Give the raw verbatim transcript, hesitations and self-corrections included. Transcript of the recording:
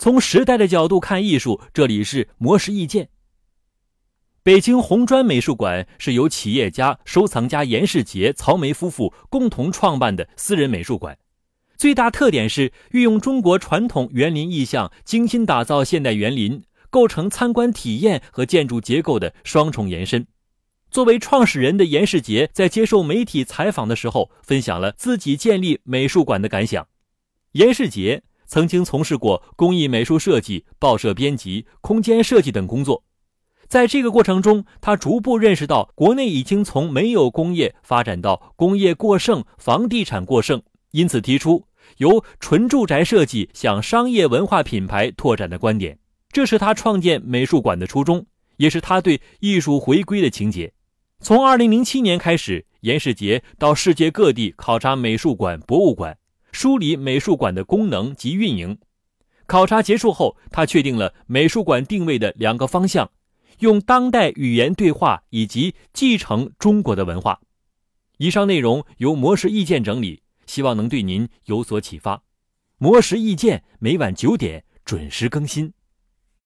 从时代的角度看艺术，这里是魔石意见。北京红砖美术馆是由企业家、收藏家严世杰、曹梅夫妇共同创办的私人美术馆。最大特点是运用中国传统园林意象，精心打造现代园林，构成参观体验和建筑结构的双重延伸。作为创始人的严世杰在接受媒体采访的时候，分享了自己建立美术馆的感想。严世杰曾经从事过工艺美术设计、报社编辑、空间设计等工作。在这个过程中，他逐步认识到国内已经从没有工业发展到工业过剩、房地产过剩，因此提出由纯住宅设计向商业文化品牌拓展的观点。这是他创建美术馆的初衷，也是他对艺术回归的情结。从二零零七年开始，严世杰到世界各地考察美术馆、博物馆，梳理美术馆的功能及运营。考察结束后，他确定了美术馆定位的两个方向，用当代语言对话以及继承中国的文化。以上内容由魔石意见整理，希望能对您有所启发。魔石意见每晚九点准时更新。